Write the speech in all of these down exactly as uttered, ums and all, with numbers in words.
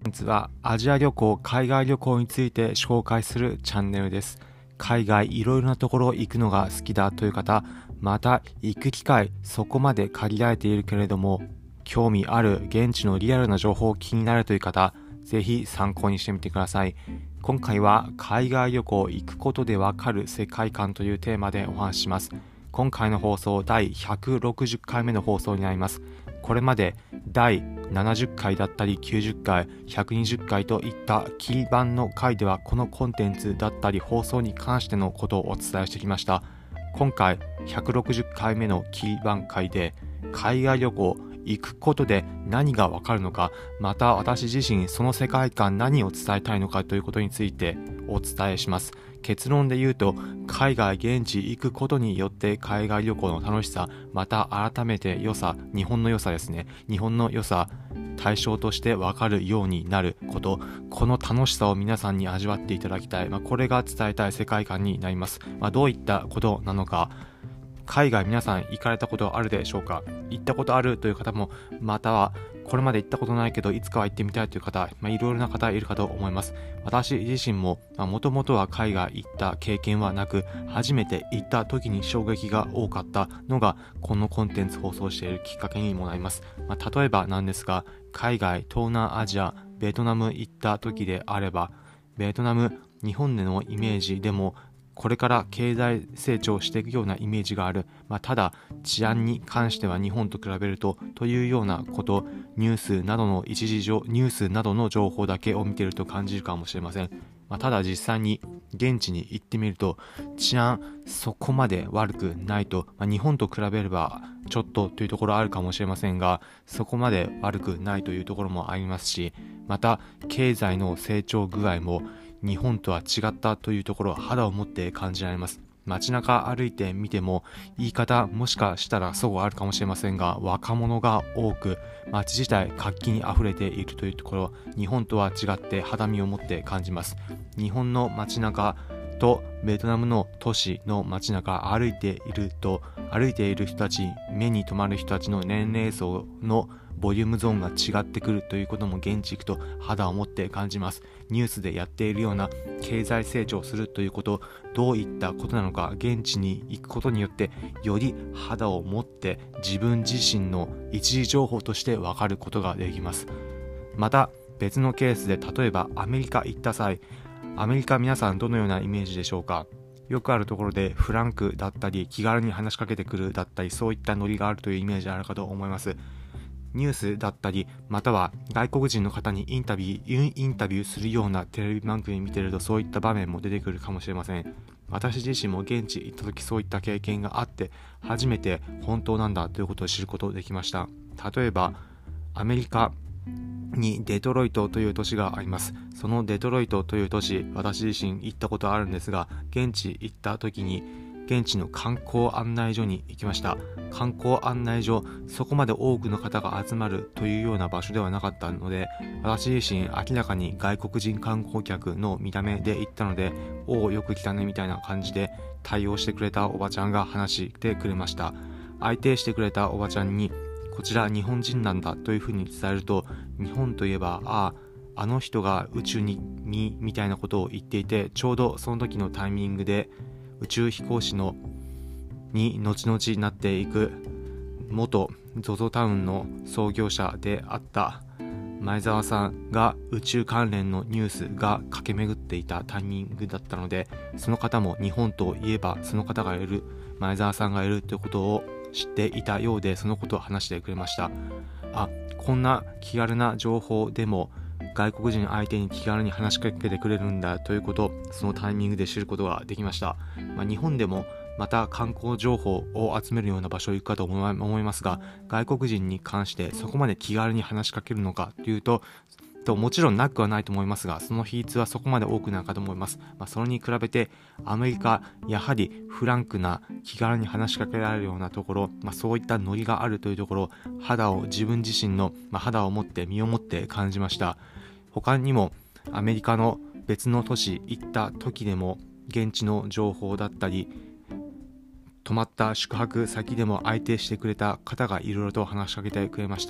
本日はアジア旅行、海外旅行について紹介するチャンネルです。海外いろいろなところ行くのが好きだという方、また行く機会そこまで限られているけれども興味ある現地のリアルな情報気になるという方、ぜひ参考にしてみてください。今回は海外旅行行くことでわかる世界観というテーマでお話しします。今回の放送だいひゃくろくじゅっかいめの放送になります。これまでだいななじゅっかいだったりきゅうじゅっかい、ひゃくにじゅっかいといった切り板の回ではこのコンテンツだったり放送に関してのことをお伝えしてきました。今回ひゃくろくじゅっかいめの切り板回で海外旅行行くことで何がわかるのか、また私自身その世界観何を伝えたいのかということについてお伝えします。結論で言うと、海外現地行くことによって海外旅行の楽しさ、また改めて良さ、日本の良さですね。日本の良さ、対象として分かるようになること、この楽しさを皆さんに味わっていただきたい。まあ、これが伝えたい世界観になります。まあ、どういったことなのか。海外皆さん行かれたことあるでしょうか？行ったことあるという方も、またはこれまで行ったことないけどいつかは行ってみたいという方、まあ、いろいろな方いるかと思います。私自身ももともとは海外行った経験はなく、初めて行った時に衝撃が多かったのがこのコンテンツ放送しているきっかけにもなります。まあ、例えばなんですが、海外、東南アジア、ベトナム行った時であれば、ベトナム、日本でのイメージでもこれから経済成長していくようなイメージがある。まあ、ただ治安に関しては日本と比べるとというようなこと、ニュースなどの一時情ニュースなどの情報だけを見ていると感じるかもしれません。まあ、ただ実際に現地に行ってみると治安そこまで悪くないと、まあ、日本と比べればちょっとというところあるかもしれませんが、そこまで悪くないというところもありますし、また経済の成長具合も日本とは違ったというところは肌を持って感じられます。街中歩いてみても、言い方もしかしたらそうあるかもしれませんが、若者が多く街自体活気にあふれているというところ、日本とは違って肌身を持って感じます。日本の街中とベトナムの都市の街中歩いていると、歩いている人たち、目に留まる人たちの年齢層のボリュームゾーンが違ってくるということも現地行くと肌を持って感じます。ニュースでやっているような経済成長するということ、どういったことなのか、現地に行くことによってより肌を持って自分自身の一時情報として分かることができます。また別のケースで、例えばアメリカ行った際、アメリカ皆さんどのようなイメージでしょうか？よくあるところでフランクだったり気軽に話しかけてくるだったり、そういったノリがあるというイメージあるかと思います。ニュースだったり、または外国人の方にインタビューインタビューするようなテレビ番組見てると、そういった場面も出てくるかもしれません。私自身も現地行った時そういった経験があって、初めて本当なんだということを知ることができました。例えばアメリカにデトロイトという都市があります。そのデトロイトという都市、私自身行ったことあるんですが、現地行った時に現地の観光案内所に行きました。観光案内所、そこまで多くの方が集まるというような場所ではなかったので、私自身明らかに外国人観光客の見た目で行ったので、おおよく来たねみたいな感じで対応してくれたおばちゃんが話してくれました。相手してくれたおばちゃんに、こちら日本人なんだというふうに伝えると、日本といえばあああの人が宇宙にみみたいなことを言っていて、ちょうどその時のタイミングで宇宙飛行士のに後々なっていく元 ゾゾ タウンの創業者であった前澤さんが宇宙関連のニュースが駆け巡っていたタイミングだったので、その方も日本といえばその方がいる、前澤さんがいるということを知っていたようで、そのことを話してくれました。あ、こんな気軽な情報でも外国人相手に気軽に話しかけてくれるんだということを、そのタイミングで知ることができました。まあ、日本でもまた観光情報を集めるような場所に行くかと思いますが、外国人に関してそこまで気軽に話しかけるのかというと、ともちろんなくはないと思いますが、その比率はそこまで多くないかと思います。まあ、それに比べてアメリカ、やはりフランクな気軽に話しかけられるようなところ、まあ、そういったノリがあるというところ、肌を自分自身の、まあ、肌を持って身をもって感じました。他にもアメリカの別の都市行った時でも、現地の情報だったり、泊まった宿泊先でも相手してくれた方がいろいろと話しかけてくれました。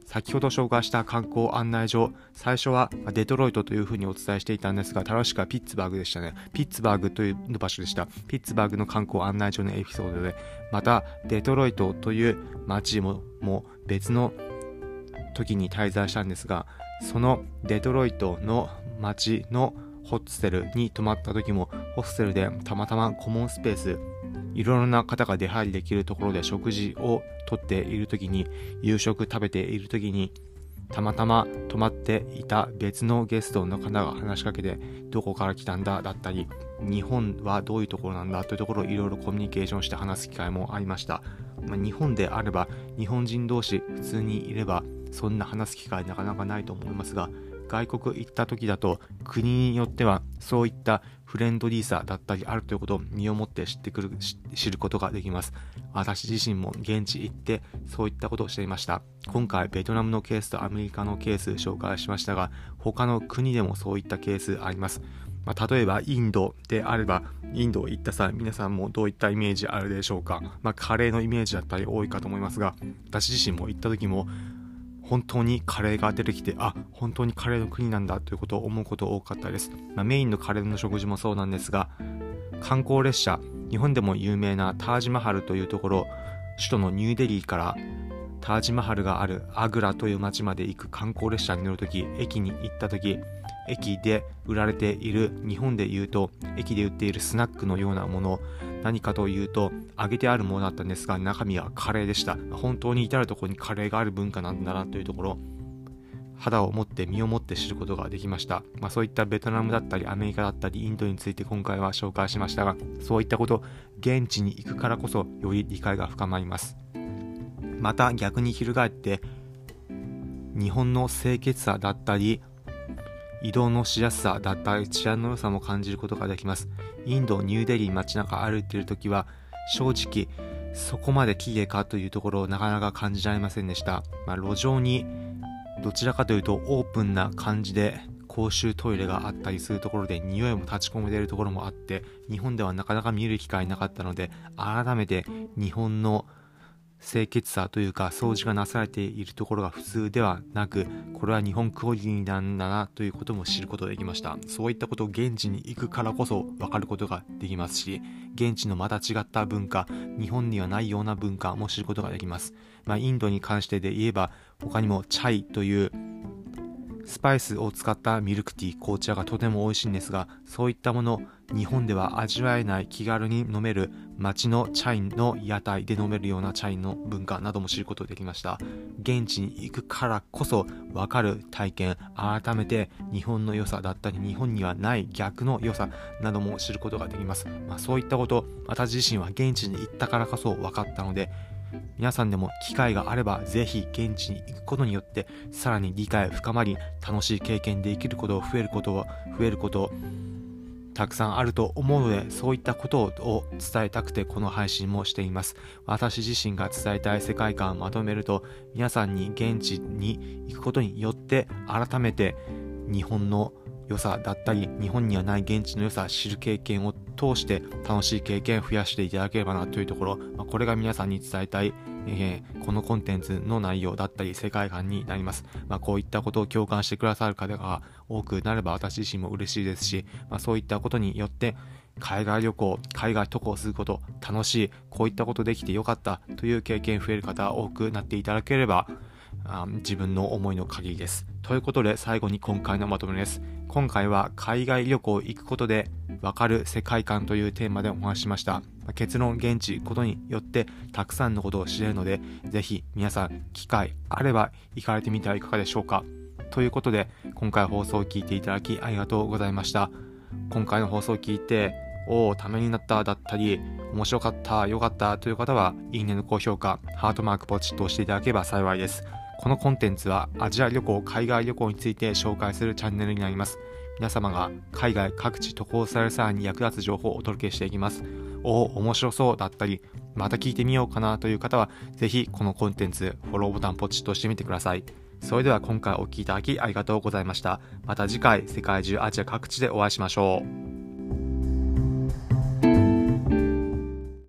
先ほど紹介した観光案内所、最初はデトロイトというふうにお伝えしていたんですが、正しくはピッツバーグでしたね。ピッツバーグという場所でした。ピッツバーグの観光案内所のエピソードで、またデトロイトという街もも別の時に滞在したんですが、そのデトロイトの街のホステルに泊まった時も、ホステルでたまたまコモンスペース、いろいろな方が出入りできるところで食事をとっている時に、夕食食べている時に、たまたま泊まっていた別のゲストの方が話しかけて、どこから来たんだだったり、日本はどういうところなんだというところをいろいろコミュニケーションして話す機会もありました。まあ、日本であれば日本人同士普通にいればそんな話す機会なかなかないと思いますが、外国行った時だと国によってはそういったフレンドリーさだったりあるということを身をもって知ってくる知ることができます。私自身も現地行ってそういったことをしていました。今回ベトナムのケースとアメリカのケース紹介しましたが、他の国でもそういったケースあります。まあ、例えばインドであれば、インド行った際皆さんもどういったイメージあるでしょうか。まあ、カレーのイメージだったり多いかと思いますが、私自身も行った時も本当にカレーが出てきて、あ、本当にカレーの国なんだということを思うこと多かったです。まあ、メインのカレーの食事もそうなんですが、観光列車、日本でも有名なタージマハルというところ、首都のニューデリーからタージマハルがあるアグラという町まで行く観光列車に乗るとき、駅に行ったとき、駅で売られている、日本でいうと駅で売っているスナックのようなもの、何かというと揚げてあるものだったんですが、中身はカレーでした。本当に至るところにカレーがある文化なんだなというところ、肌を持って身をもって知ることができました。まあ、そういったベトナムだったりアメリカだったりインドについて今回は紹介しましたが、そういったこと、現地に行くからこそより理解が深まります。また逆に翻って日本の清潔さだったり移動のしやすさだったり治安の良さも感じることができます。インドニューデリー街中歩いているときは正直そこまで綺麗かというところをなかなか感じられませんでした。まあ、路上にどちらかというとオープンな感じで公衆トイレがあったりするところで匂いも立ち込めているところもあって、日本ではなかなか見る機会なかったので、改めて日本の清潔さというか掃除がなされているところが普通ではなく、これは日本クオリティなんだなということも知ることができました。そういったことを現地に行くからこそ分かることができますし、現地のまた違った文化、日本にはないような文化も知ることができます。まあ、インドに関してで言えば、他にもチャイというスパイスを使ったミルクティー、紅茶がとても美味しいんですが、そういったもの、日本では味わえない気軽に飲める街のチャイの屋台で飲めるようなチャイの文化なども知ることができました。現地に行くからこそ分かる体験、改めて日本の良さだったり日本にはない逆の良さなども知ることができます。まあ、そういったこと、私自身は現地に行ったからこそ分かったので、皆さんでも機会があればぜひ現地に行くことによってさらに理解深まり、楽しい経験できることを増えることは増えることたくさんあると思うので、そういったことを伝えたくてこの配信もしています。私自身が伝えたい世界観をまとめると、皆さんに現地に行くことによって改めて日本の良さだったり日本にはない現地の良さを知る経験を通して楽しい経験を増やしていただければなというところ、まあ、これが皆さんに伝えたい、えー、このコンテンツの内容だったり世界観になります。まあ、こういったことを共感してくださる方が多くなれば私自身も嬉しいですし、まあ、そういったことによって海外旅行、海外渡航すること楽しい、こういったことできてよかったという経験増える方多くなっていただければあ自分の思いの限りです。ということで最後に今回のまとめです。今回は海外旅行行くことでわかる世界観というテーマでお話ししました。結論、現地行くことによってたくさんのことを知れるので、ぜひ皆さん機会あれば行かれてみてはいかがでしょうか。ということで今回放送を聞いていただきありがとうございました。今回の放送を聞いておーためになっただったり面白かった、良かったという方は、いいねの高評価、ハートマークポチッと押していただければ幸いです。このコンテンツはアジア旅行、海外旅行について紹介するチャンネルになります。皆様が海外各地渡航される際に役立つ情報をお届けしていきます。おー面白そうだったり、また聞いてみようかなという方は、ぜひこのコンテンツ、フォローボタンポチッと押してみてください。それでは今回お聞きいただきありがとうございました。また次回、世界中アジア各地でお会いしましょう。